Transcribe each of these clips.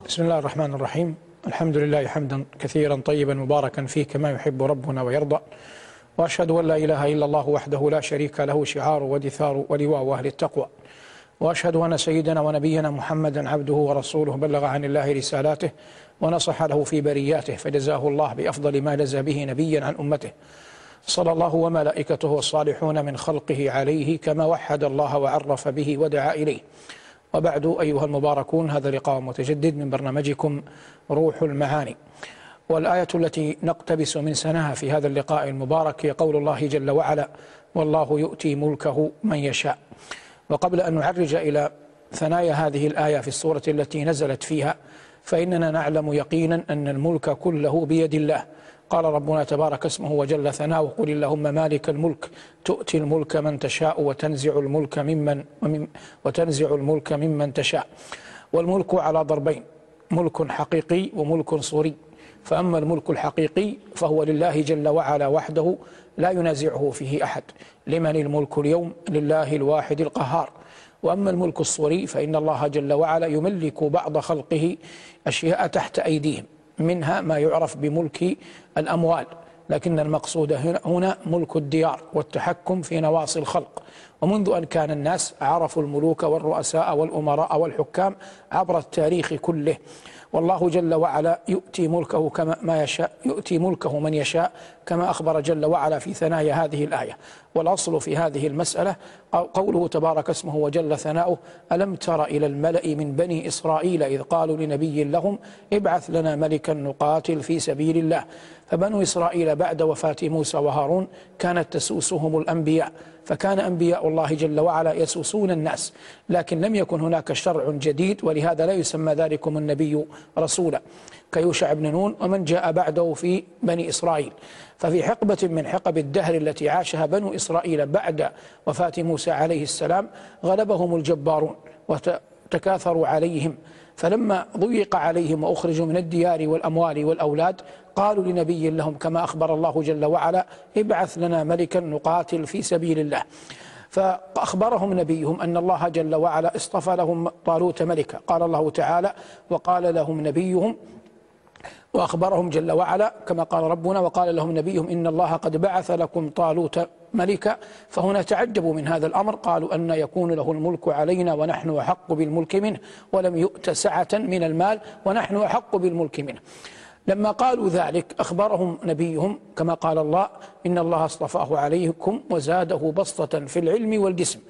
بسم الله الرحمن الرحيم. الحمد لله حمدا كثيرا طيبا مباركا فيه كما يحب ربنا ويرضى، وأشهد أن لا إله إلا الله وحده لا شريك له شعار ودثار ولواء أهل التقوى، وأشهد أن سيدنا ونبينا محمدا عبده ورسوله بلغ عن الله رسالاته ونصح له في برياته، فجزاه الله بأفضل ما جزى به نبيا عن أمته، صلى الله وملائكته والصالحون من خلقه عليه كما وحد الله وعرف به ودعا إليه. وبعد أيها المباركون، هذا لقاء متجدد من برنامجكم روح المعاني، والآية التي نقتبس من سنها في هذا اللقاء المبارك هي قول الله جل وعلا: والله يؤتي ملكه من يشاء. وقبل أن نعرج إلى ثنايا هذه الآية في السورة التي نزلت فيها، فإننا نعلم يقينا أن الملك كله بيد الله. قال ربنا تبارك اسمه وجل ثناؤه: قل اللهم مالك الملك تؤتي الملك من تشاء وتنزع الملك ممن تشاء. والملك على ضربين: ملك حقيقي وملك صوري. فأما الملك الحقيقي فهو لله جل وعلا وحده لا ينازعه فيه أحد. لمن الملك اليوم؟ لله الواحد القهار. وأما الملك الصوري فإن الله جل وعلا يملك بعض خلقه أشياء تحت أيديهم، منها ما يعرف بملك الأموال، لكن المقصود هنا ملك الديار والتحكم في نواصي الخلق. ومنذ أن كان الناس عرفوا الملوك والرؤساء والأمراء والحكام عبر التاريخ كله. والله جل وعلا يؤتي ملكه ما يشاء، يؤتي ملكه من يشاء كما أخبر جل وعلا في ثنايا هذه الآية. والأصل في هذه المسألة قوله تبارك اسمه وجل ثناؤه: ألم تر إلى الملأ من بني إسرائيل إذ قالوا لنبي لهم ابعث لنا ملكا نقاتل في سبيل الله. فبنو إسرائيل بعد وفاة موسى وهارون كانت تسوسهم الأنبياء، فكان أنبياء الله جل وعلا يسوسون الناس، لكن لم يكن هناك شرع جديد، ولهذا لا يسمى ذلكم النبي رسولا كيوشع بن نون ومن جاء بعده في بني إسرائيل. ففي حقبة من حقب الدهر التي عاشها بنو إسرائيل بعد وفاة موسى عليه السلام غلبهم الجبارون وتكاثروا عليهم، فلما ضيق عليهم وأخرجوا من الديار والأموال والأولاد قالوا لنبي لهم كما أخبر الله جل وعلا: ابعث لنا ملكا نقاتل في سبيل الله. فأخبرهم نبيهم أن الله جل وعلا اصطفى لهم طالوت ملكا. قال الله تعالى: وقال لهم نبيهم، وأخبرهم جل وعلا كما قال ربنا: وقال لهم نبيهم إن الله قد بعث لكم طالوت ملكا. فهنا تعجبوا من هذا الأمر، قالوا أن يكون له الملك علينا ونحن أحق بالملك منه، ولم يؤت سعة من المال ونحن أحق بالملك منه. لما قالوا ذلك أخبرهم نبيهم كما قال الله: إن الله اصطفاه عليكم وزاده بسطة في العلم والجسم.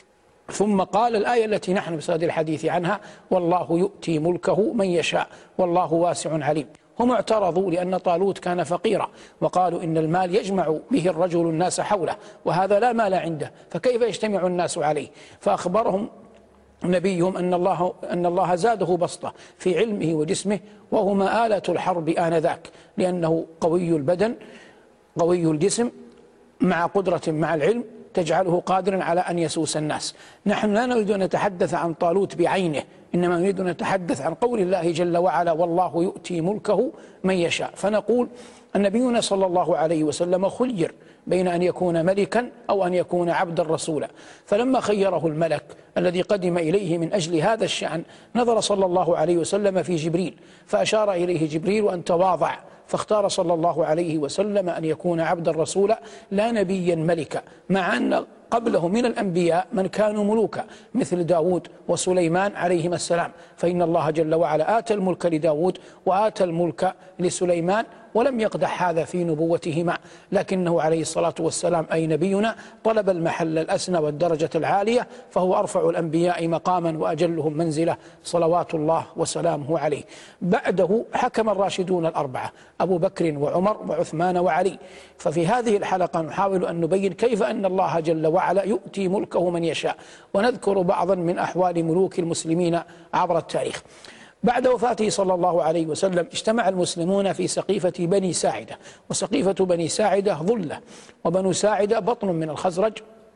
ثم قال الآية التي نحن بصدد الحديث عنها: والله يؤتي ملكه من يشاء والله واسع عليم. هم اعترضوا لأن طالوت كان فقيرا، وقالوا إن المال يجمع به الرجل الناس حوله، وهذا لا مال عنده، فكيف يجتمع الناس عليه؟ فأخبرهم نبيهم أن الله زاده بسطة في علمه وجسمه، وهما آلة الحرب آنذاك، لأنه قوي البدن قوي الجسم مع قدرة مع العلم تجعله قادرا على أن يسوس الناس. نحن لا نريد أن نتحدث عن طالوت بعينه، إنما نريد أن نتحدث عن قول الله جل وعلا: والله يؤتي ملكه من يشاء. فنقول أن نبينا صلى الله عليه وسلم خير بين أن يكون ملكا أو أن يكون عبدا رسولا، فلما خيره الملك الذي قدم إليه من أجل هذا الشأن نظر صلى الله عليه وسلم في جبريل فأشار إليه جبريل أن تواضع، فاختار صلى الله عليه وسلم أن يكون عبدا رسولا لا نبيا ملكا، مع أن قبله من الأنبياء من كانوا ملوكا مثل داود وسليمان عليهما السلام. فإن الله جل وعلا آتى الملك لداود وآتى الملك لسليمان، ولم يقدح هذا في نبوتهما، لكنه عليه الصلاة والسلام أي نبينا طلب المحل الأسنى والدرجة العالية، فهو أرفع الأنبياء مقاما وأجلهم منزلة صلوات الله وسلامه عليه. بعده حكم الراشدون الأربعة أبو بكر وعمر وعثمان وعلي. ففي هذه الحلقة نحاول أن نبين كيف أن الله جل وعلا يؤتي ملكه من يشاء، ونذكر بعضا من أحوال ملوك المسلمين عبر التاريخ. بعد وفاته صلى الله عليه وسلم اجتمع المسلمون في سقيفة بني ساعدة، وسقيفة بني ساعدة ظلة، وبنو ساعدة بطن من الخزرج،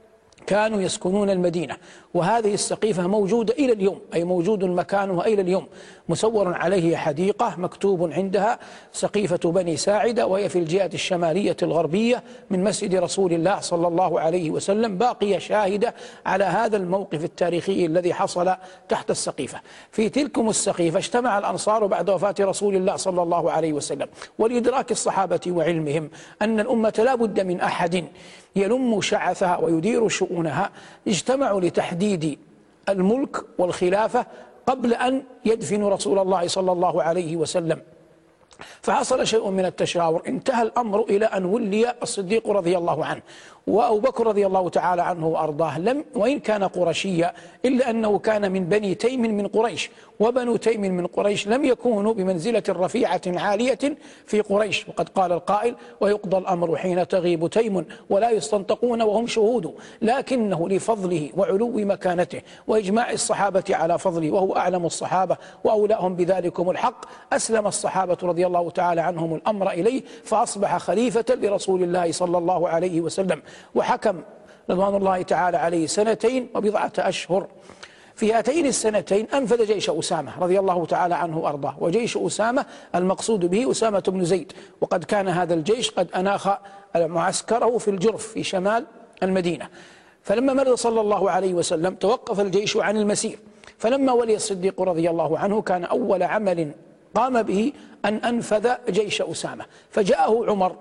كانوا يسكنون المدينة، وهذه السقيفة موجودة إلى اليوم، أي موجود مكانها إلى اليوم، مسور عليه حديقة مكتوب عندها سقيفة بني ساعدة، وهي في الجهة الشمالية الغربية من مسجد رسول الله صلى الله عليه وسلم، باقية شاهدة على هذا الموقف التاريخي الذي حصل تحت السقيفة. في تلكم السقيفة اجتمع الأنصار بعد وفاة رسول الله صلى الله عليه وسلم، ولإدراك الصحابة وعلمهم أن الأمة لا بد من أحد يلم شعثها ويدير شؤونها، اجتمعوا لتحديد الملك والخلافة قبل أن يدفنوا رسول الله صلى الله عليه وسلم. فحصل شيء من التشاور، انتهى الأمر إلى أن ولي الصديق رضي الله عنه، وأبو بكر رضي الله تعالى عنه وأرضاه وإن كان قرشيا إلا أنه كان من بني تيم من قريش، وبنو تيم من قريش لم يكونوا بمنزلة رفيعة عالية في قريش، وقد قال القائل: ويقضى الأمر حين تغيب تيم ولا يستنطقون وهم شهود. لكنه لفضله وعلو مكانته وإجماع الصحابة على فضله، وهو أعلم الصحابة وأولاهم بذلكم الحق، أسلم الصحابة رضي الله تعالى عنهم الأمر إليه، فأصبح خليفة لرسول الله صلى الله عليه وسلم، وحكم رضوان الله تعالى عليه 2 وبضعة أشهر. في هاتين السنتين أنفذ جيش أسامة رضي الله تعالى عنه وأرضاه، وجيش أسامة المقصود به أسامة بن زيد، وقد كان هذا الجيش قد أناخ معسكره في الجرف في شمال المدينة. فلما مر صلى الله عليه وسلم توقف الجيش عن المسير، فلما ولي الصديق رضي الله عنه كان أول عمل قام به أن أنفذ جيش أسامة، فجاءه عمر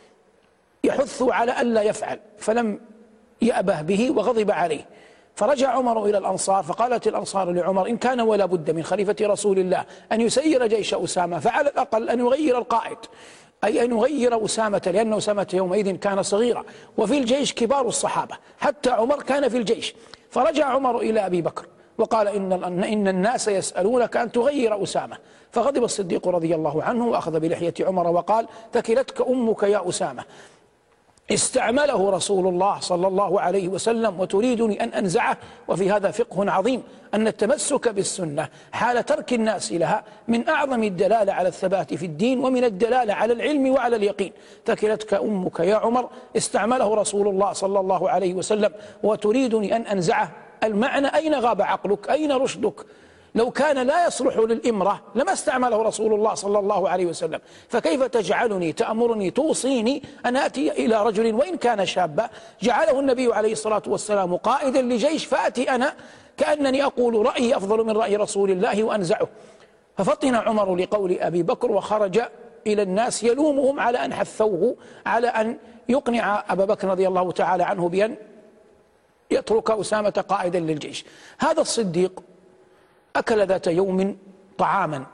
يحث على ألا يفعل، فلم يأبه به وغضب عليه، فرجع عمر إلى الأنصار، فقالت الأنصار لعمر: إن كان ولا بد من خليفة رسول الله أن يسير جيش أسامة، فعلى الأقل أن يغير القائد، أي أن يغير أسامة، لأن أسامة يومئذ كان صغيرا، وفي الجيش كبار الصحابة، حتى عمر كان في الجيش. فرجع عمر إلى أبي بكر وقال: إن الناس يسألونك أن تغير أسامة. فغضب الصديق رضي الله عنه وأخذ بلحية عمر وقال: ثكلتك أمك يا أسامة، استعمله رسول الله صلى الله عليه وسلم وتريدني أن أنزعه. وفي هذا فقه عظيم، أن التمسك بالسنة حال ترك الناس لها من أعظم الدلالة على الثبات في الدين، ومن الدلالة على العلم وعلى اليقين. ثكلتك أمك يا عمر، استعمله رسول الله صلى الله عليه وسلم وتريدني أن أنزعه. المعنى: أين غاب عقلك؟ أين رشدك؟ لو كان لا يصلح للإمرة لما استعمله رسول الله صلى الله عليه وسلم، فكيف تجعلني تأمرني توصيني أن أتي إلى رجل وإن كان شابا جعله النبي عليه الصلاة والسلام قائدا لجيش، فأتي أنا كأنني أقول رأيي أفضل من رأي رسول الله وأنزعه. ففطن عمر لقول أبي بكر وخرج إلى الناس يلومهم على أن حثوه على أن يقنع أبا بكر رضي الله تعالى عنه بأن يترك أسامة قائدا للجيش. هذا الصديق أكل ذات يوم طعاما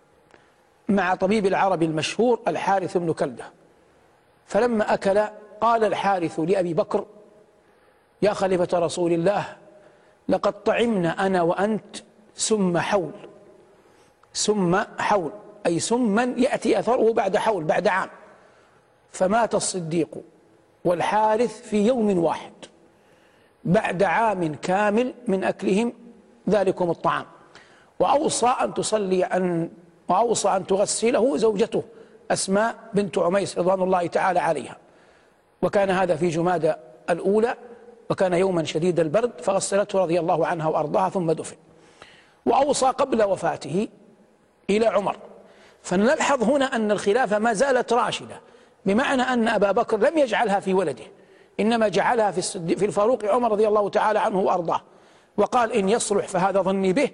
مع طبيب العرب المشهور الحارث بن كلدة، فلما أكل قال الحارث لأبي بكر: يا خليفة رسول الله، لقد طعمنا أنا وأنت سم حول. سم حول أي سما يأتي أثره بعد حول، بعد عام. فمات الصديق والحارث في يوم واحد بعد عام كامل من أكلهم ذلكم الطعام. وأوصى أن تغسله زوجته أسماء بنت عميس رضوان الله تعالى عليها، وكان هذا في جمادى الأولى، وكان يوما شديد البرد، فغسلته رضي الله عنها وأرضاها ثم دفن. وأوصى قبل وفاته إلى عمر. فنلحظ هنا أن الخلافة ما زالت راشدة، بمعنى أن أبا بكر لم يجعلها في ولده، إنما جعلها في الفاروق عمر رضي الله تعالى عنه وأرضاه، وقال: إن يصلح فهذا ظني به،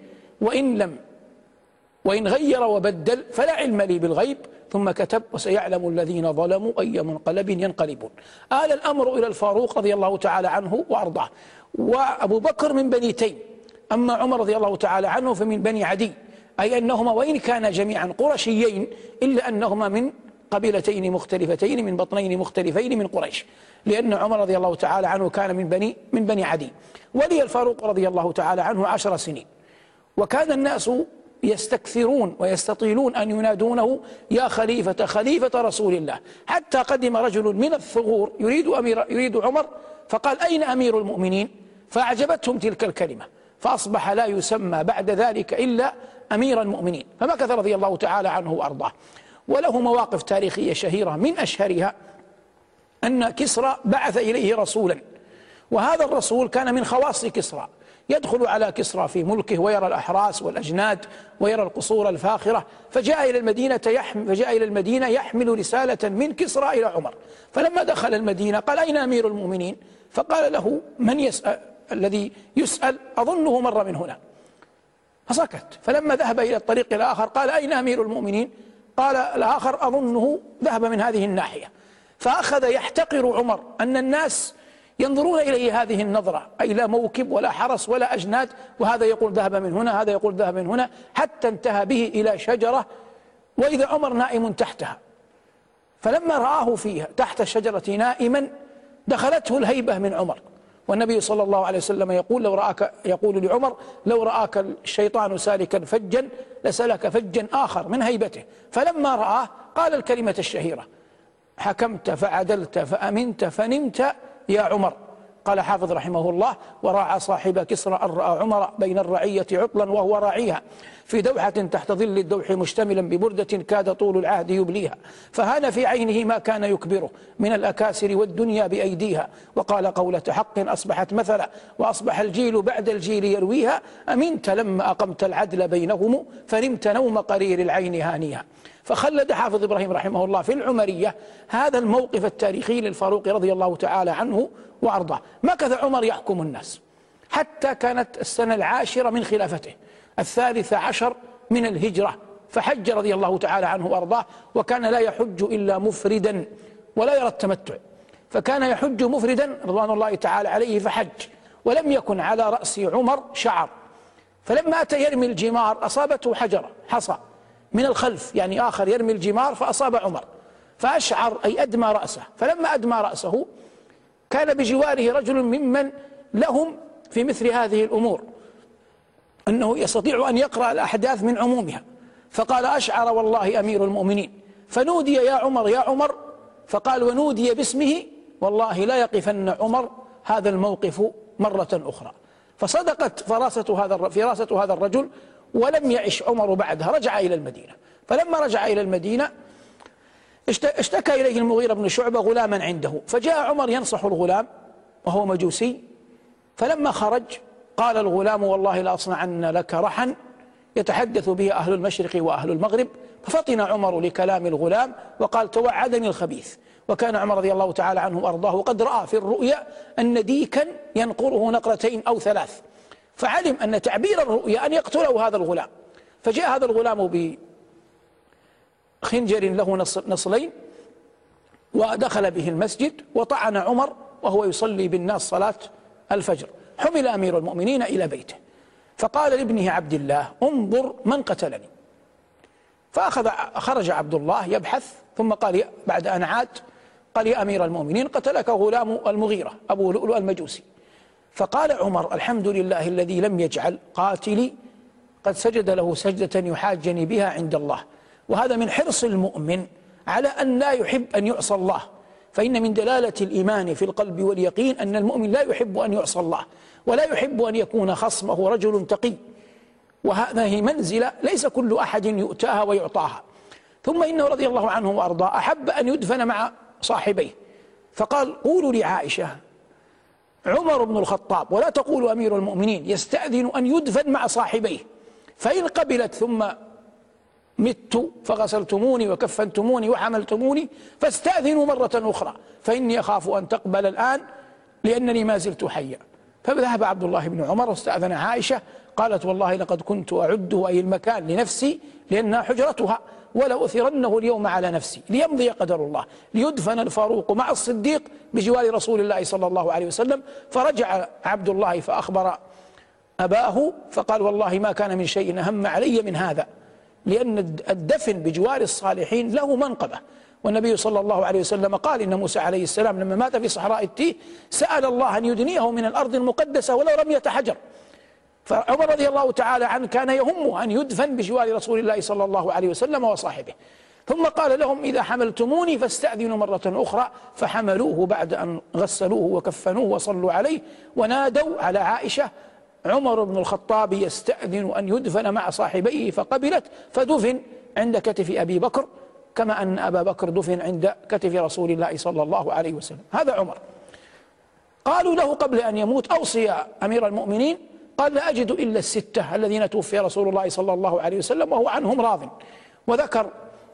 وإن غير وبدل فلا علم لي بالغيب. ثم كتب: وسيعلم الذين ظلموا أي منقلب ينقلبون. آل الأمر إلى الفاروق رضي الله تعالى عنه وأرضاه. وأبو بكر من بني تيم، أما عمر رضي الله تعالى عنه فمن بني عدي، أي أنهما وإن كانا جميعا قرشيين إلا أنهما من قبيلتين مختلفتين، من بطنين مختلفين من قريش، لأن عمر رضي الله تعالى عنه كان من بني عدي. ولي الفاروق رضي الله تعالى عنه 10 سنين، وكان الناس يستكثرون ويستطيلون أن ينادونه: يا خليفة، خليفة رسول الله. حتى قدم رجل من الثغور يريد عمر، فقال: أين أمير المؤمنين؟ فأعجبتهم تلك الكلمة، فأصبح لا يسمى بعد ذلك إلا أمير المؤمنين، فمكث رضي الله تعالى عنه وأرضاه. وله مواقف تاريخية شهيرة، من أشهرها أن كسرى بعث إليه رسولا وهذا الرسول كان من خواص كسرى، يدخل على كسرى في ملكه ويرى الأحراس والأجناد ويرى القصور الفاخرة، فجاء إلى المدينة يحمل رسالة من كسرى إلى عمر. فلما دخل المدينة قال: أين أمير المؤمنين؟ فقال له: من يسأل؟ الذي يسأل أظنه مر من هنا. فسكت. فلما ذهب إلى الطريق الآخر قال: أين أمير المؤمنين؟ قال الآخر: أظنه ذهب من هذه الناحية. فأخذ يحتقر عمر أن الناس ينظرون إليه هذه النظرة، أي لا موكب ولا حرس ولا أجناد، وهذا يقول ذهب من هنا، هذا يقول ذهب من هنا، حتى انتهى به إلى شجرة وإذا عمر نائم تحتها. فلما رآه فيها تحت الشجرة نائما دخلته الهيبة من عمر. والنبي صلى الله عليه وسلم يقول لعمر: لو رآك الشيطان سالكا فجا لسلك فجا آخر من هيبته. فلما رآه قال الكلمة الشهيرة: حكمت فعدلت فأمنت فنمت يا عمر. قال حافظ رحمه الله: وراعى صاحب كسرى أن رأى عمر بين الرعية عطلا وهو راعيها في دوحة تحت ظل الدوح مشتملا ببردة كاد طول العهد يبليها، فهان في عينه ما كان يكبره من الأكاسر والدنيا بأيديها، وقال قولة حق أصبحت مثلا وأصبح الجيل بعد الجيل يرويها، أمنت لما أقمت العدل بينهم فنمت نوم قرير العين هانيها. فخلد حافظ إبراهيم رحمه الله في العمرية هذا الموقف التاريخي للفاروق رضي الله تعالى عنه وأرضاه. مكث عمر يحكم الناس حتى كانت السنة 10 من خلافته، 13 من الهجرة، فحج رضي الله تعالى عنه وأرضاه، وكان لا يحج إلا مفردا ولا يرى التمتع، فكان يحج مفردا رضوان الله تعالى عليه فحج، ولم يكن على رأس عمر شعر. فلما أتى يرمي الجمار أصابته حصى من الخلف، يعني آخر يرمي الجمار فأصاب عمر فأشعر أي أدمى رأسه. فلما أدمى رأسه كان بجواره رجل ممن لهم في مثل هذه الأمور أنه يستطيع أن يقرأ الأحداث من عمومها، فقال: أشعر والله أمير المؤمنين. فنودي: يا عمر يا عمر. فقال ونودي باسمه: والله لا يقفن عمر هذا الموقف مرة أخرى. فصدقت فراسة هذا الرجل، ولم يعش عمر بعدها، رجع إلى المدينة. فلما رجع إلى المدينة اشتكى إليه المغيرة بن شعبة غلاما عنده، فجاء عمر ينصح الغلام وهو مجوسي. فلما خرج قال الغلام: والله لأصنعن لك رحا يتحدث به أهل المشرق وأهل المغرب. ففطن عمر لكلام الغلام وقال: توعدني الخبيث. وكان عمر رضي الله تعالى عنه وأرضاه قد رأى في الرؤيا أن ديكا ينقره نقرتين أو 3، فعلم أن تعبير الرؤيا أن يقتله هذا الغلام. فجاء هذا الغلام بخنجر له نصلين ودخل به المسجد وطعن عمر وهو يصلي بالناس صلاة الفجر. حمل أمير المؤمنين إلى بيته، فقال لابنه عبد الله: انظر من قتلني. خرج عبد الله يبحث، ثم قال بعد أن عاد قال: يا أمير المؤمنين، قتلك غلام المغيرة أبو لؤلؤ المجوسي. فقال عمر: الحمد لله الذي لم يجعل قاتلي قد سجد له سجدة يحاجني بها عند الله. وهذا من حرص المؤمن على أن لا يحب أن يعصى الله، فإن من دلالة الإيمان في القلب واليقين أن المؤمن لا يحب أن يعصى الله، ولا يحب أن يكون خصمه رجل تقي، وهذه منزلة ليس كل أحد يؤتاها ويعطاها. ثم إنه رضي الله عنه وأرضاه أحب أن يدفن مع صاحبيه، فقال: قولوا لعائشة عمر بن الخطاب ولا تقولوا أمير المؤمنين يستأذن أن يدفن مع صاحبيه، فإن قبلت ثم مت فغسلتموني وكفنتموني وحملتموني فاستأذنوا مرة أخرى، فإني أخاف أن تقبل الآن لأنني ما زلت حيا. فذهب عبد الله بن عمر واستأذن عائشة. قالت: والله لقد كنت أعده أي المكان لنفسي لأنها حجرتها، ولأثرنه اليوم على نفسي ليمضي قدر الله، ليدفن الفاروق مع الصديق بجوار رسول الله صلى الله عليه وسلم. فرجع عبد الله فأخبر أباه فقال: والله ما كان من شيء أهم علي من هذا، لأن الدفن بجوار الصالحين له منقبة. والنبي صلى الله عليه وسلم قال: إن موسى عليه السلام لما مات في صحراء التيه سأل الله أن يدنيه من الأرض المقدسة ولو رمية حجر. فعمر رضي الله تعالى عنه كان يهمه أن يدفن بجوار رسول الله صلى الله عليه وسلم وصاحبه. ثم قال لهم: إذا حملتموني فاستأذنوا مرة أخرى. فحملوه بعد أن غسلوه وكفنوه وصلوا عليه، ونادوا على عائشة: عمر بن الخطاب يستأذن أن يدفن مع صاحبيه، فقبلت، فدفن عند كتف أبي بكر، كما أن أبا بكر دفن عند كتف رسول الله صلى الله عليه وسلم. هذا عمر. قالوا له قبل أن يموت أوصي يا أمير المؤمنين، قال لا أجد إلا الستة الذين توفي رسول الله صلى الله عليه وسلم وهو عنهم راض، وذكر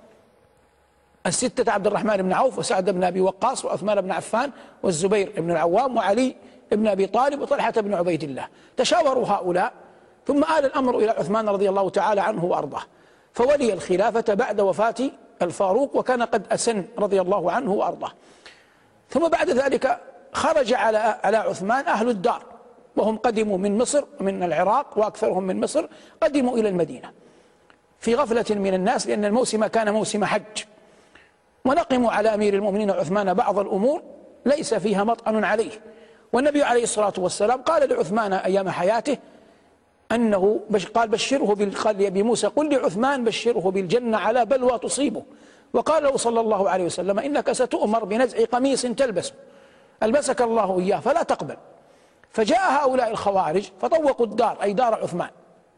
الستة: عبد الرحمن بن عوف، وسعد بن أبي وقاص، وعثمان بن عفان، والزبير بن العوام، وعلي بن أبي طالب، وطلحة بن عبيد الله. تشاوروا هؤلاء، ثم آل الأمر إلى عثمان رضي الله تعالى عنه وأرضاه، فولي الخلافة بعد وفاة الفاروق، وكان قد أسن رضي الله عنه وأرضاه. ثم بعد ذلك خرج على عثمان أهل الدار، وهم قدموا من مصر من العراق، وأكثرهم من مصر قدموا إلى المدينة في غفلة من الناس، لأن الموسم كان موسم حج، ونقموا على أمير المؤمنين عثمان بعض الأمور ليس فيها مطعن عليه. والنبي عليه الصلاة والسلام قال لعثمان أيام حياته أنه قال بشره، قال لأبي موسى: قل لعثمان بشره بالجنة على بلوى تصيبه. وقال له صلى الله عليه وسلم: إنك ستؤمر بنزع قميص تلبسه ألبسك الله إياه فلا تقبل. فجاء هؤلاء الخوارج فطوقوا الدار، أي دار عثمان،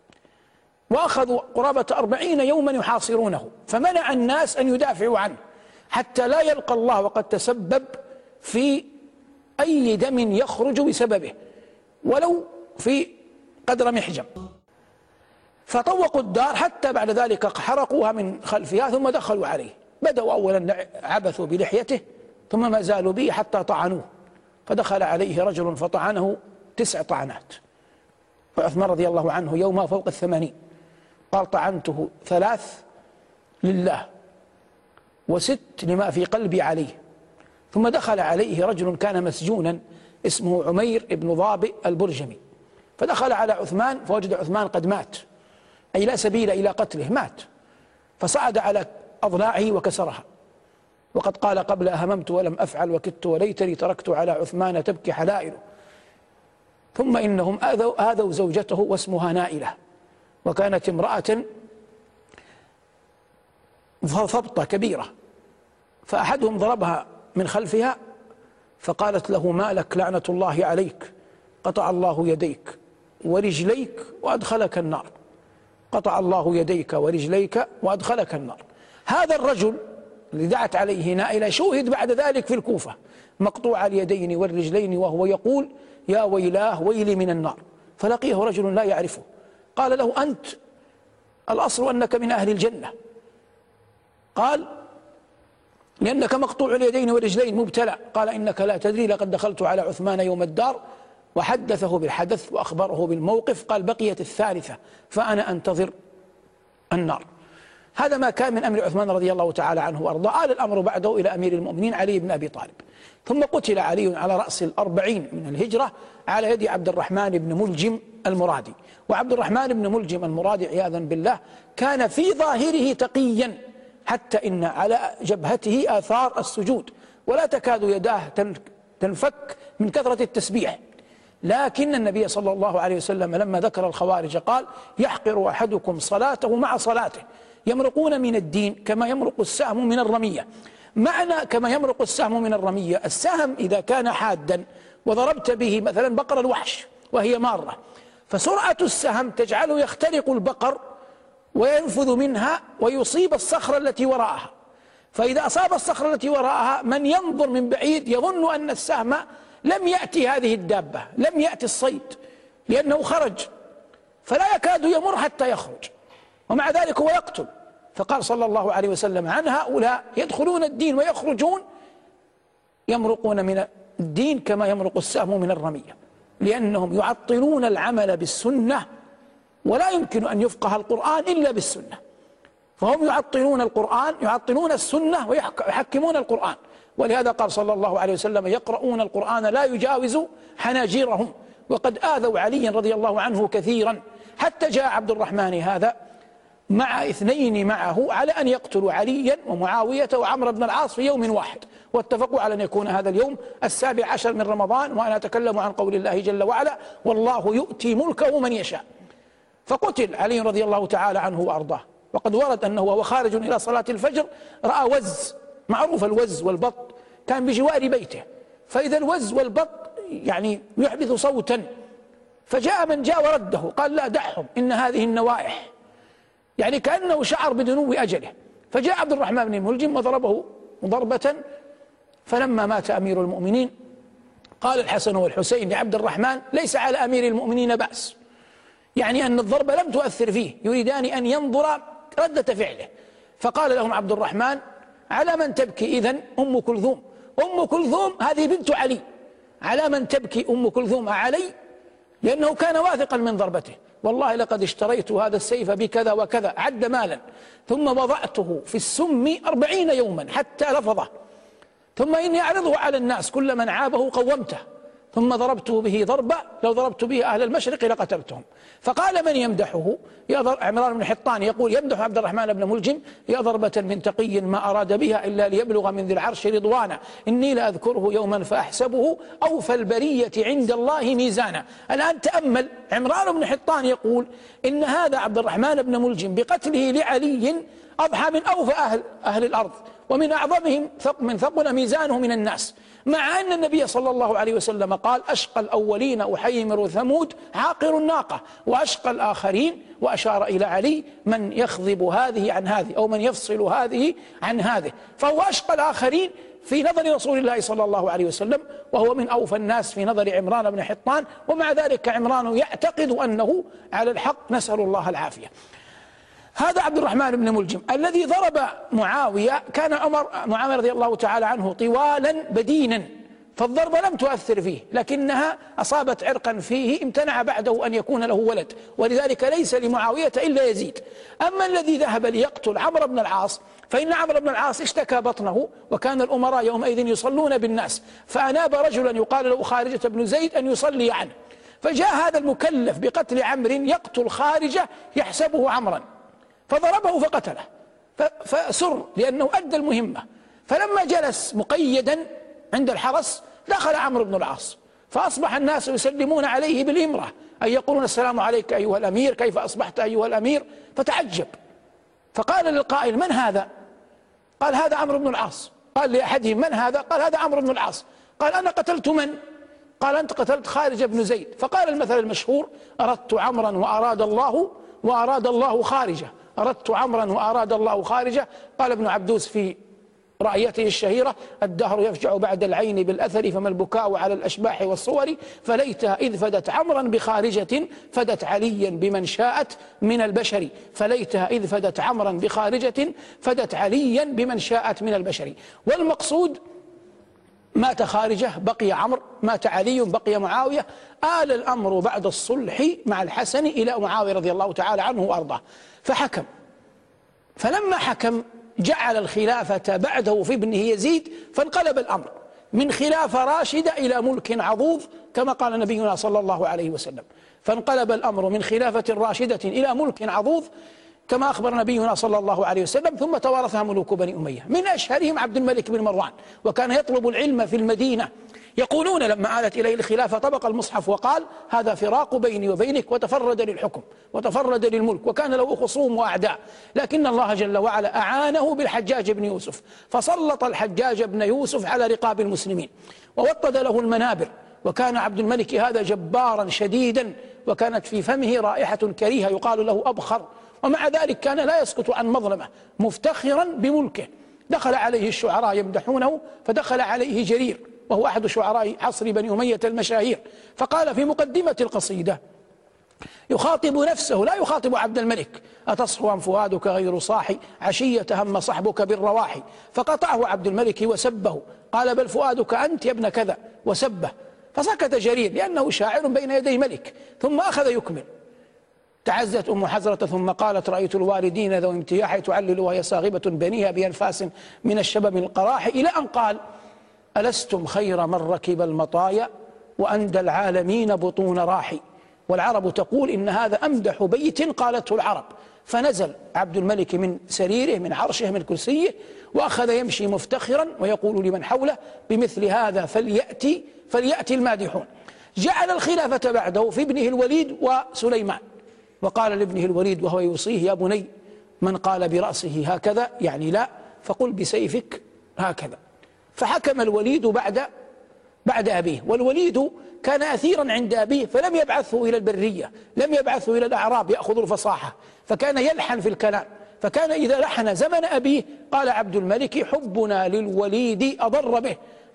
وأخذوا قرابة 40 يوما يحاصرونه، فمنع الناس أن يدافعوا عنه حتى لا يلقى الله وقد تسبب في أي دم يخرج بسببه ولو في قدر محجم. فطوقوا الدار حتى بعد ذلك حرقوها من خلفها، ثم دخلوا عليه. بدأوا أولا عبثوا بلحيته، ثم ما زالوا به حتى طعنوه، فدخل عليه رجل فطعنه 9 طعنات. وعثمان رضي الله عنه يوم فوق 80 قال: طعنته 3 لله و6 لما في قلبي عليه. ثم دخل عليه رجل كان مسجونا اسمه عمير بن ضابئ البرجمي، فدخل على عثمان فوجد عثمان قد مات، أي لا سبيل إلى قتله، مات. فصعد على أضلاعه وكسرها، وقد قال قبل: هممت ولم أفعل وكدت وليتني تركت على عثمان تبكي حلائله. ثم إنهم آذوا زوجته واسمها نائلة، وكانت امرأة ضبطة كبيرة، فأحدهم ضربها من خلفها فقالت له: ما لك لعنة الله عليك، قطع الله يديك ورجليك وأدخلك النار، قطع الله يديك ورجليك وأدخلك النار. هذا الرجل الذي دعت عليه نائلة شوهد بعد ذلك في الكوفة مقطوع اليدين والرجلين وهو يقول: يا ويلاه ويلي من النار. فلقيه رجل لا يعرفه قال له: أنت الأصل أنك من أهل الجنة. قال: لأنك مقطوع اليدين والرجلين مبتلى. قال: إنك لا تدري، لقد دخلت على عثمان يوم الدار وحدثه بالحدث وأخبره بالموقف. قال: بقيت الثالثة فأنا أنتظر النار. هذا ما كان من أمر عثمان رضي الله تعالى عنه وأرضاه. آل الأمر بعده إلى أمير المؤمنين علي بن أبي طالب، ثم قتل علي على رأس 40 من الهجرة على يد عبد الرحمن بن ملجم المرادي. وعبد الرحمن بن ملجم المرادي عياذا بالله كان في ظاهره تقيا، حتى إن على جبهته آثار السجود، ولا تكاد يداه تنفك من كثرة التسبيح. لكن النبي صلى الله عليه وسلم لما ذكر الخوارج قال: يحقر أحدكم صلاته مع صلاته، يمرقون من الدين كما يمرق السهم من الرمية. معنى كما يمرق السهم من الرمية، السهم إذا كان حادا وضربت به مثلا بقر الوحش وهي مارة، فسرعة السهم تجعله يخترق البقر وينفذ منها ويصيب الصخرة التي وراءها. فإذا أصاب الصخرة التي وراءها من ينظر من بعيد يظن أن السهم لم يأتي هذه الدابة، لم يأتي الصيد، لأنه خرج، فلا يكاد يمر حتى يخرج، ومع ذلك هو يقتل. فقال صلى الله عليه وسلم عن هؤلاء: يدخلون الدين ويخرجون يمرقون من الدين كما يمرق السهم من الرمية، لأنهم يعطلون العمل بالسنة، ولا يمكن أن يفقه القرآن إلا بالسنة. فهم يعطلون القرآن، يعطلون السنة ويحكمون القرآن. ولهذا قال صلى الله عليه وسلم: يقرؤون القرآن لا يجاوز حناجرهم. وقد آذوا عليا رضي الله عنه كثيرا، حتى جاء عبد الرحمن هذا مع 2 معه على أن يقتلوا عليا ومعاوية وعمرو بن العاص في يوم واحد، واتفقوا على أن يكون هذا اليوم 17 من رمضان. وأنا أتكلم عن قول الله جل وعلا: والله يؤتي ملكه من يشاء. فقتل علي رضي الله تعالى عنه وأرضاه. وقد ورد أنه وهو خارج إلى صلاة الفجر رأى وز، معروف الوز والبط، كان بجوار بيته، فإذا الوز والبط يعني يحدث صوتا، فجاء من جاء ورده، قال: لا دعهم إن هذه النوائح، يعني كأنه شعر بدنو أجله. فجاء عبد الرحمن بن الملجم وضربه ضربة، فلما مات أمير المؤمنين قال الحسن والحسين لعبد الرحمن: ليس على أمير المؤمنين بأس، يعني أن الضربة لم تؤثر فيه، يريدان أن ينظر ردة فعله. فقال لهم عبد الرحمن: على من تبكي إذن أم كلثوم؟ أم كلثوم هذه بنت علي، على من تبكي أم كلثوم علي؟ لأنه كان واثقا من ضربته: والله لقد اشتريت هذا السيف بكذا وكذا، عد مالا، ثم وضعته في السم 40 يوما حتى لفظه، ثم إني أعرضه على الناس، كل من عابه قومته، ثم ضربته به ضربة لو ضربت به أهل المشرق لقتلتهم. فقال من يمدحه؟ عمران بن حطان يقول يمدح عبد الرحمن بن ملجم: يا ضربة من تقي ما أراد بها إلا ليبلغ من ذي العرش رضوانا، إني لأذكره يوما فأحسبه أوفى البرية عند الله ميزانا. الآن تأمل، عمران بن حطان يقول إن هذا عبد الرحمن بن ملجم بقتله لعلي أضحى من أوفى أهل الأرض ومن أعظمهم من ثقل ميزانه من الناس، مع أن النبي صلى الله عليه وسلم قال: أشقى الأولين أحيمر ثمود عاقر الناقة، وأشقى الآخرين، وأشار إلى علي: من يخضب هذه عن هذه، أو من يفصل هذه عن هذه. فهو أشقى الآخرين في نظر رسول الله صلى الله عليه وسلم، وهو من أوفى الناس في نظر عمران بن حطان، ومع ذلك عمران يعتقد أنه على الحق، نسأل الله العافية. هذا عبد الرحمن بن ملجم الذي ضرب معاوية، كان معاوية رضي الله تعالى عنه طوالا بدينا، فالضربة لم تؤثر فيه، لكنها أصابت عرقا فيه امتنع بعده أن يكون له ولد، ولذلك ليس لمعاوية إلا يزيد. أما الذي ذهب ليقتل عمرو بن العاص، فإن عمرو بن العاص اشتكى بطنه، وكان الأمراء يومئذ يصلون بالناس، فأناب رجلا يقال له خارجة بن زيد أن يصلي عنه، فجاء هذا المكلف بقتل عمرو يقتل خارجة يحسبه عمرا، فضربه فقتله، فسر لأنه أدى المهمة. فلما جلس مقيدا عند الحرس دخل عمرو بن العاص، فأصبح الناس يسلمون عليه بالإمرة، أي يقولون: السلام عليك أيها الأمير، كيف أصبحت أيها الأمير؟ فتعجب، فقال للقائل: من هذا؟ قال: هذا عمرو بن العاص. قال لأحدهم: من هذا؟ قال: هذا عمرو بن العاص. قال: أنا قتلت من؟ قال: أنت قتلت خارج بن زيد. فقال المثل المشهور: أردت عمرا وأراد الله خارجه، أردت عمرا وأراد الله خارجه. قال ابن عبدوس في رأيته الشهيرة: الدهر يفجع بعد العين بالأثر، فما البكاء على الأشباح والصور، فليتها إذ فدت عمرا بخارجة فدت عليا بمن شاءت من البشر، فليتها إذ فدت عمرا بخارجة فدت عليا بمن شاءت من البشر. والمقصود: مات خارجة بقي عمرو، مات علي بقي معاوية، آل الأمر بعد الصلح مع الحسن إلى معاوية رضي الله تعالى عنه وأرضاه، فحكم. فلما حكم جعل الخلافة بعده في ابنه يزيد، فانقلب الأمر من خلافة راشدة إلى ملك عضوض، كما قال نبينا صلى الله عليه وسلم. فانقلب الأمر من خلافة راشدة إلى ملك عضوض، كما أخبر نبينا صلى الله عليه وسلم. ثم توارثها ملوك بني أمية، من أشهرهم عبد الملك بن مروان، وكان يطلب العلم في المدينة. يقولون لما آلت إليه الخلافة طبق المصحف وقال: هذا فراق بيني وبينك، وتفرد للحكم وتفرد للملك، وكان له خصوم وأعداء، لكن الله جل وعلا أعانه بالحجاج بن يوسف، فسلط الحجاج بن يوسف على رقاب المسلمين ووطد له المنابر. وكان عبد الملك هذا جبارا شديدا، وكانت في فمه رائحة كريهة يقال له أبخر، ومع ذلك كان لا يسكت عن مظلمة، مفتخرا بملكه. دخل عليه الشعراء يمدحونه، فدخل عليه جرير وهو أحد شعراء عصر بني أمية المشاهير، فقال في مقدمة القصيدة يخاطب نفسه لا يخاطب عبد الملك: أتصحو أم فؤادك غير صاحي، عشية هم صحبك بالرواحي. فقطعه عبد الملك وسبه، قال: بل فؤادك أنت يا ابن كذا، وسبه. فسكت جرير لأنه شاعر بين يدي ملك، ثم أخذ يكمل: تعزت أم حزرة ثم قالت: رأيت الواردين ذو امتياح تعلل وهي صاغبة بنيها بأنفاس من الشبب القراح، إلى أن قال: ألستم خير من ركب المطايا وأندى العالمين بطون راحي. والعرب تقول إن هذا أمدح بيت قالته العرب. فنزل عبد الملك من سريره، من عرشه، من كرسيه، وأخذ يمشي مفتخرا ويقول لمن حوله: بمثل هذا فليأتي المادحون. جعل الخلافة بعده في ابنه الوليد وسليمان، وقال لابنه الوليد وهو يوصيه: يا بني، من قال برأسه هكذا يعني لا، فقل بسيفك هكذا. فحكم الوليد بعد أبيه، والوليد كان أثيرا عند أبيه، فلم يبعثه إلى البرية، لم يبعثه إلى الأعراب يأخذ الفصاحة، فكان يلحن في الكلام. فكان إذا لحن زمن أبيه قال عبد الملك: حبنا للوليد أضر به،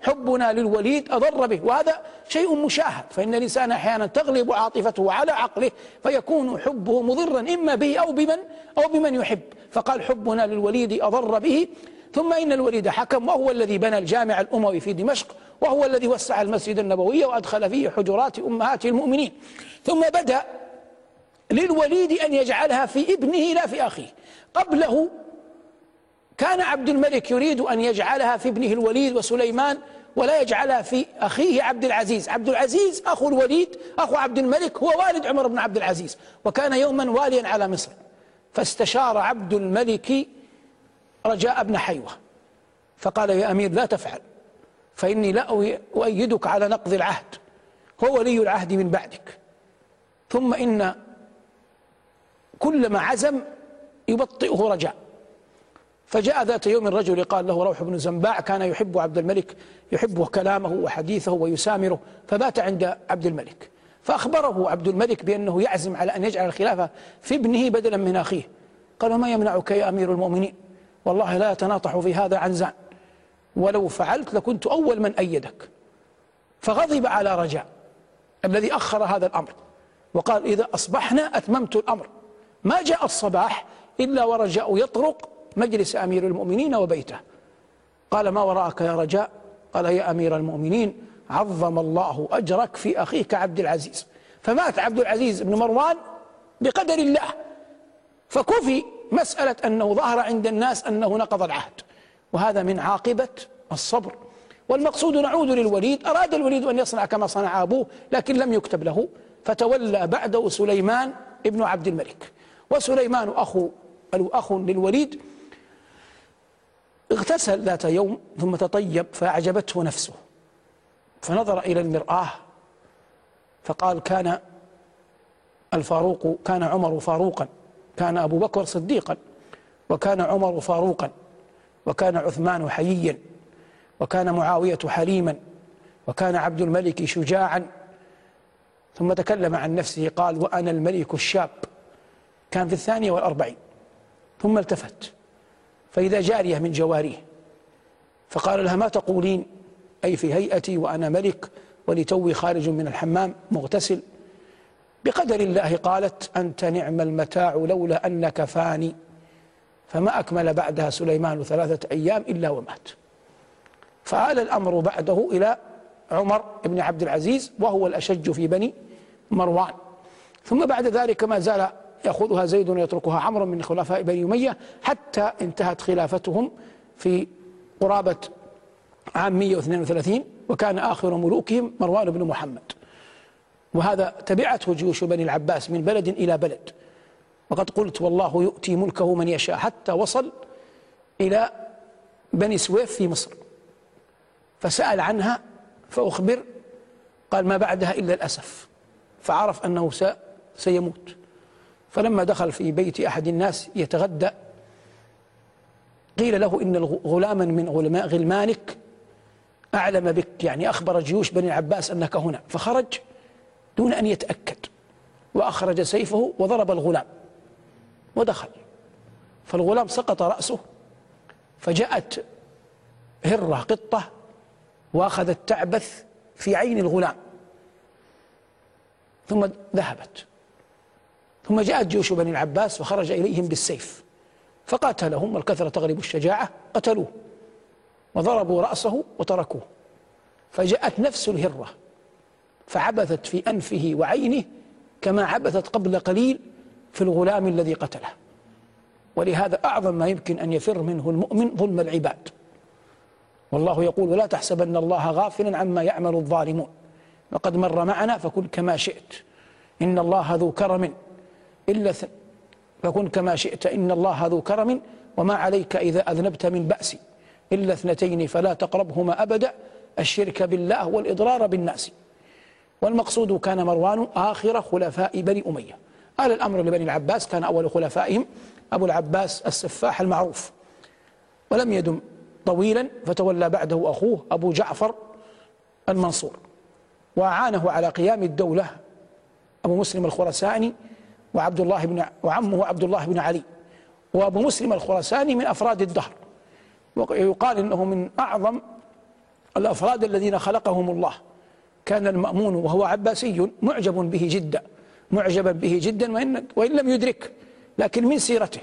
حبنا للوليد أضر به، وهذا شيء مشاهد، فإن الإنسان أحيانا تغلب عاطفته على عقله فيكون حبه مضرا إما به أو بمن يحب، فقال حبنا للوليد أضر به. ثم إن الوليد حكم، وهو الذي بنى الجامع الأموي في دمشق، وهو الذي وسع المسجد النبوي وأدخل فيه حجرات أمهات المؤمنين. ثم بدأ للوليد أن يجعلها في ابنه لا في أخيه. قبله كان عبد الملك يريد أن يجعلها في ابنه الوليد وسليمان ولا يجعلها في أخيه عبد العزيز. عبد العزيز أخو الوليد أخو عبد الملك هو والد عمر بن عبد العزيز، وكان يوما واليا على مصر، فاستشار عبد الملك رجاء بن حيوة فقال يا أمير لا تفعل، فإني لا أؤيدك على نقض العهد، هو ولي العهد من بعدك، ثم إن كلما عزم يبطئه رجاء. فجاء ذات يوم الرجل قال له روح بن زنباع كان يحب عبد الملك، يحب كلامه وحديثه ويسامره، فبات عند عبد الملك، فأخبره عبد الملك بأنه يعزم على أن يجعل الخلافة في ابنه بدلا من أخيه. قال وما يمنعك يا أمير المؤمنين، والله لا يتناطح في هذا عنزان، ولو فعلت لكنت أول من أيدك. فغضب على رجاء الذي أخر هذا الأمر وقال إذا أصبحنا أتممت الأمر. ما جاء الصباح إلا ورجاء يطرق مجلس أمير المؤمنين وبيته. قال ما وراءك يا رجاء؟ قال يا أمير المؤمنين عظم الله أجرك في أخيك عبد العزيز. فمات عبد العزيز بن مروان بقدر الله، فكفي مسألة أنه ظهر عند الناس أنه نقض العهد، وهذا من عاقبة الصبر. والمقصود نعود للوليد، أراد الوليد أن يصنع كما صنع أبوه لكن لم يكتب له، فتولى بعده سليمان ابن عبد الملك. وسليمان أخ للوليد اغتسل ذات يوم ثم تطيب فأعجبته نفسه، فنظر إلى المرآة فقال كان عمر فاروقا، كان أبو بكر صديقا، وكان عمر فاروقا، وكان عثمان حييا، وكان معاوية حليما، وكان عبد الملك شجاعا. ثم تكلم عن نفسه قال وأنا الملك الشاب، كان في 42. ثم التفت فإذا جارية من جواريه فقال لها ما تقولين؟ أي في هيئتي وأنا ملك ولتوي خارج من الحمام مغتسل. بقدر الله قالت أنت نعم المتاع لولا أنك فاني. فما أكمل بعدها سليمان 3 أيام إلا ومات. فآل الأمر بعده إلى عمر بن عبد العزيز وهو الأشج في بني مروان. ثم بعد ذلك ما زال يأخذها زيد ويتركها عمرو من خلفاء بني أمية حتى انتهت خلافتهم في قرابة عام 132، وكان آخر ملوكهم مروان بن محمد. وهذا تبعته جيوش بني العباس من بلد إلى بلد، وقد قلت والله يؤتي ملكه من يشاء، حتى وصل إلى بني سويف في مصر، فسأل عنها فأخبر قال ما بعدها إلا الأسف، فعرف أنه سيموت. فلما دخل في بيت أحد الناس يتغدى قيل له إن غلاما من غلمانك أعلم بك، يعني أخبر جيوش بني العباس أنك هنا، فخرج دون أن يتأكد وأخرج سيفه وضرب الغلام ودخل، فالغلام سقط رأسه، فجاءت هرة قطة وأخذت تعبث في عين الغلام ثم ذهبت. ثم جاءت جيوش بني العباس فخرج إليهم بالسيف فقاتلهم، والكثرة تغلب الشجاعة، قتلوه وضربوا رأسه وتركوه. فجاءت نفس الهرة فعبثت في أنفه وعينه كما عبثت قبل قليل في الغلام الذي قتله. ولهذا أعظم ما يمكن أن يفر منه المؤمن ظلم العباد، والله يقول ولا تحسبن الله غافلا عما يعمل الظالمون، وقد مر معنا فكن كما شئت إن الله ذو كرم فكن كما شئت إن الله ذو كرم وما عليك إذا أذنبت من بأس إلا 2 فلا تقربهما أبدا الشرك بالله والإضرار بالناس. والمقصود كان مروان آخر خلفاء بني أمية. آل الأمر لبني العباس كان أول خلفائهم أبو العباس السفاح المعروف، ولم يدم طويلا فتولى بعده أخوه أبو جعفر المنصور، وأعانه على قيام الدولة أبو مسلم الخراساني وعمه عبد الله بن علي. وأبو مسلم الخراساني من أفراد الدهر، ويقال إنه من أعظم الأفراد الذين خلقهم الله كان المأمون وهو عباسي معجبا به جدا وإن لم يدرك، لكن من سيرته.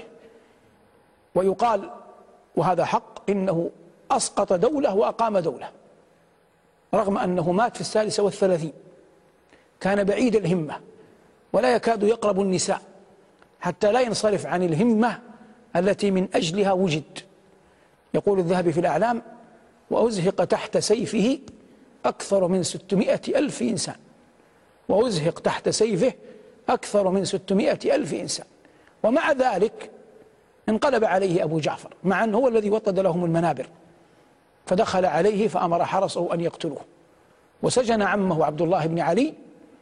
ويقال وهذا حق إنه أسقط دولة وأقام دولة، رغم أنه مات في 36. كان بعيد الهمة ولا يكاد يقرب النساء حتى لا ينصرف عن الهمة التي من أجلها وجد. يقول الذهبي في الأعلام: وأزهق تحت سيفه أكثر من 600 ألف إنسان. وأزهق تحت سيفه أكثر من 600 ألف إنسان. ومع ذلك انقلب عليه أبو جعفر، مع أنه هو الذي وطد لهم المنابر، فدخل عليه فأمر حرسه أن يقتلوه، وسجن عمه عبد الله بن علي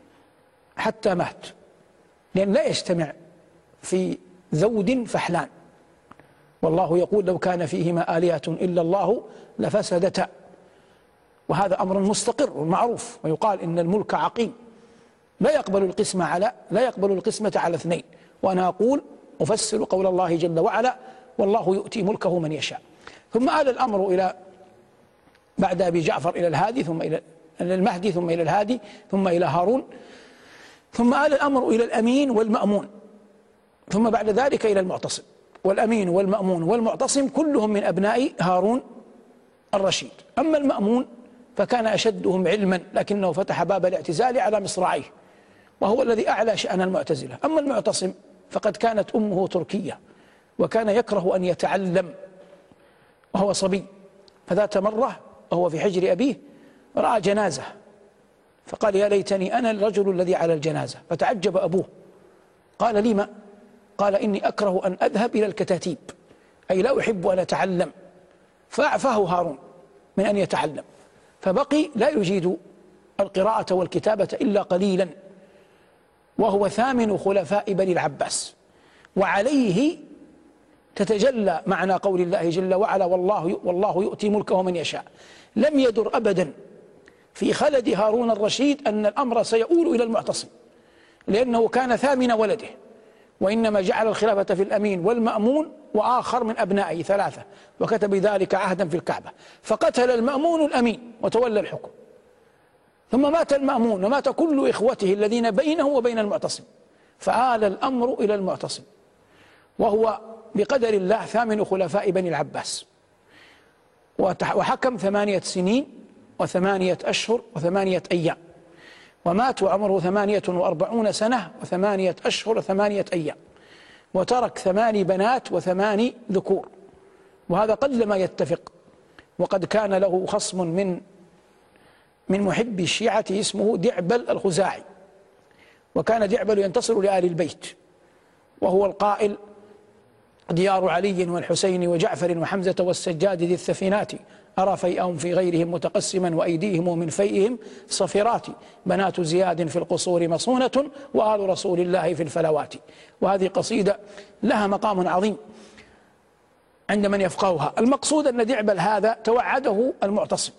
حتى مات، لأن لا يجتمع في ذود فحلان. والله يقول: لو كان فيهما آلهة إلا الله لفسدتا. وهذا أمر مستقر ومعروف. ويقال إن الملك عقيم لا يقبل القسمة على اثنين. وأنا أقول أفسر قول الله جل وعلا: والله يؤتي ملكه من يشاء. ثم آل الأمر إلى بعد أبي جعفر إلى الهادي، ثم إلى المهدي، ثم إلى الهادي، ثم إلى هارون، ثم آل الأمر إلى الأمين والمأمون، ثم بعد ذلك إلى المعتصم. والأمين والمأمون والمعتصم كلهم من أبناء هارون الرشيد. أما المأمون فكان أشدهم علما، لكنه فتح باب الاعتزال على مصراعيه، وهو الذي أعلى شأن المعتزلة. أما المعتصم فقد كانت أمه تركية، وكان يكره أن يتعلم وهو صبي. فذات مرة وهو في حجر أبيه رأى جنازة، فقال: يا ليتني أنا الرجل الذي على الجنازة. فتعجب أبوه، قال: لما؟ قال: إني أكره أن أذهب إلى الكتاتيب، أي لا أحب أن أتعلم. فأعفاه هارون من أن يتعلم، فبقي لا يجيد القراءة والكتابة إلا قليلا، وهو ثامن خلفاء بني العباس. وعليه تتجلى معنى قول الله جل وعلا: والله يؤتي ملكه من يشاء. لم يدر أبدا في خلد هارون الرشيد أن الأمر سيؤول إلى المعتصم، لأنه كان ثامن ولده، وإنما جعل الخلافة في الأمين والمأمون وآخر من أبنائه 3، وكتب ذلك عهدا في الكعبة. فقتل المأمون الأمين وتولى الحكم، ثم مات المأمون ومات كل إخوته الذين بينه وبين المعتصم، فآل الأمر إلى المعتصم، وهو بقدر الله ثامن خلفاء بني العباس. وحكم 8 سنين و8 أشهر و8 أيام، ومات وعمره 48 سنة و8 أشهر و8 أيام، وترك 8 بنات و8 ذكور. وهذا قلما يتفق. وقد كان له خصم من محبي الشيعة اسمه دعبل الخزاعي، وكان دعبل ينتصر لآل البيت، وهو القائل: ديار علي والحسين وجعفر وحمزة والسجاد ذي الثفينات، أرى فيئهم في غيرهم متقسما، وأيديهم من فيئهم صفرات، بنات زياد في القصور مصونة، وآل رسول الله في الفلوات. وهذه قصيدة لها مقام عظيم عند من يفقهها. المقصود أن دعبل هذا توعده المعتصم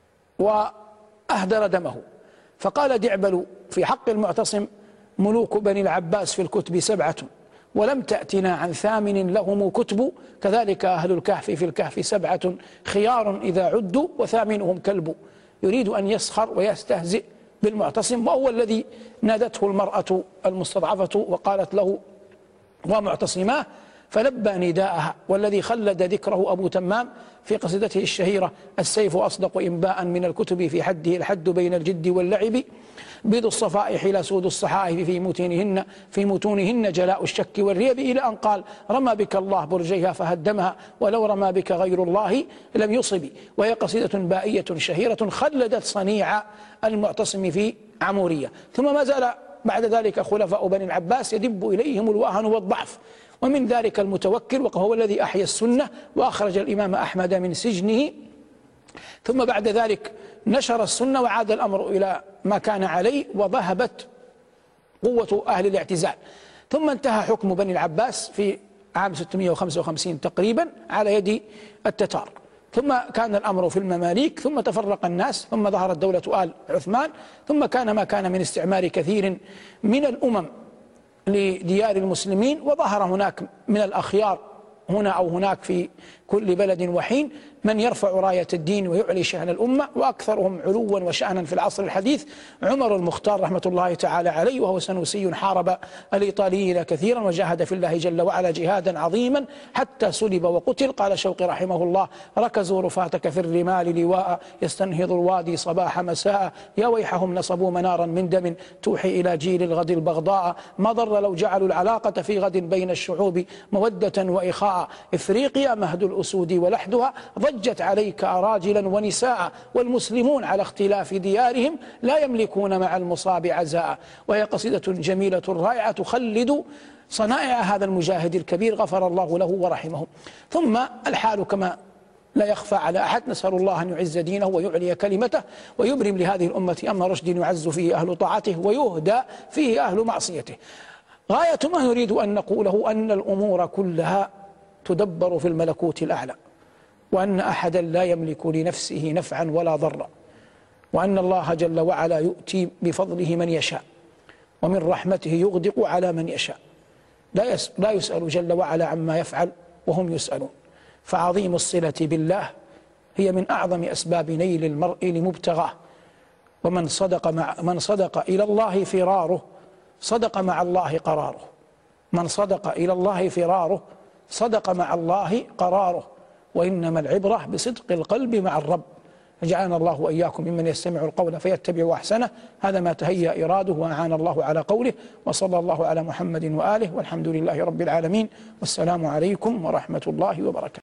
وأهدر دمه، فقال دعبل في حق المعتصم: ملوك بني العباس في الكتب 7، ولم تأتنا عن 8 لهم كتب، كذلك أهل الكهف في الكهف 7، خيار إذا عدوا وثامنهم كلب. يريد أن يسخر ويستهزئ بالمعتصم، وهو الذي نادته المرأة المستضعفة وقالت له: ومعتصماه، فلبى نداءها. والذي خلد ذكره أبو تمام في قصيدته الشهيرة: السيف أصدق إنباء من الكتب، في حده الحد بين الجد واللعب، بيض الصفائح لا سود الصحائف، في متونهن جلاء الشك والريب، إلى أن قال: رمى بك الله برجيها فهدمها، ولو رمى بك غير الله لم يصب. وهي قصيدة بائية شهيرة خلدت صنيع المعتصم في عمورية. ثم ما زال بعد ذلك خلفاء بني العباس يدب إليهم الوهن والضعف، ومن ذلك المتوكل، وهو الذي أحيا السنة وأخرج الإمام أحمد من سجنه. ثم بعد ذلك نشر السنة وعاد الأمر إلى ما كان عليه، وذهبت قوة أهل الاعتزال. ثم انتهى حكم بني العباس في عام 655 تقريبا على يد التتار. ثم كان الأمر في المماليك، ثم تفرق الناس، ثم ظهرت دولة آل عثمان، ثم كان ما كان من استعمار كثير من الأمم لديار المسلمين، وظهر هناك من الأخيار هنا أو هناك في كل بلد وحين من يرفع راية الدين ويعلي شأن الأمة، وأكثرهم علوا وشأنا في العصر الحديث عمر المختار رحمة الله تعالى عليه، وهو سنوسي حارب الإيطاليين كثيرا وجاهد في الله جل وعلا جهادا عظيما حتى صلب وقتل. قال شوقي رحمه الله: ركزوا رفاتك في الرمال لواء يستنهض الوادي صباح مساء، يا ويحهم نصبوا منارا من دم توحي إلى جيل الغد البغضاء، ما ضر لو جعلوا العلاقة في غد بين الشعوب مودة وإخاء، إفريقيا مهد الأسود ولحدها ضجت عليك أراجلا ونساء، والمسلمون على اختلاف ديارهم لا يملكون مع المصاب عزاء. وهي قصيدة جميلة رائعة تخلد صنائع هذا المجاهد الكبير غفر الله له ورحمه. ثم الحال كما لا يخفى على أحد، نسأل الله أن يعز دينه ويعلي كلمته ويبرم لهذه الأمة أمر رشد يعز فيه أهل طاعته ويهدى فيه أهل معصيته. غاية ما نريد أن نقوله أن الأمور كلها تدبر في الملكوت الأعلى، وأن أحدا لا يملك لنفسه نفعا ولا ضرا، وأن الله جل وعلا يؤتي بفضله من يشاء ومن رحمته يغدق على من يشاء، لا يسأل جل وعلا عما يفعل وهم يسألون. فعظيم الصلة بالله هي من أعظم أسباب نيل المرء لمبتغاه، ومن صدق إلى الله فراره صدق مع الله قراره، من صدق إلى الله فراره صدق مع الله قراره، وإنما العبرة بصدق القلب مع الرب. جعلنا الله وإياكم ممن يستمع القول فيتبع أحسنه. هذا ما تهيأ إراده وأعان الله على قوله، وصلى الله على محمد وآله، والحمد لله رب العالمين، والسلام عليكم ورحمة الله وبركاته.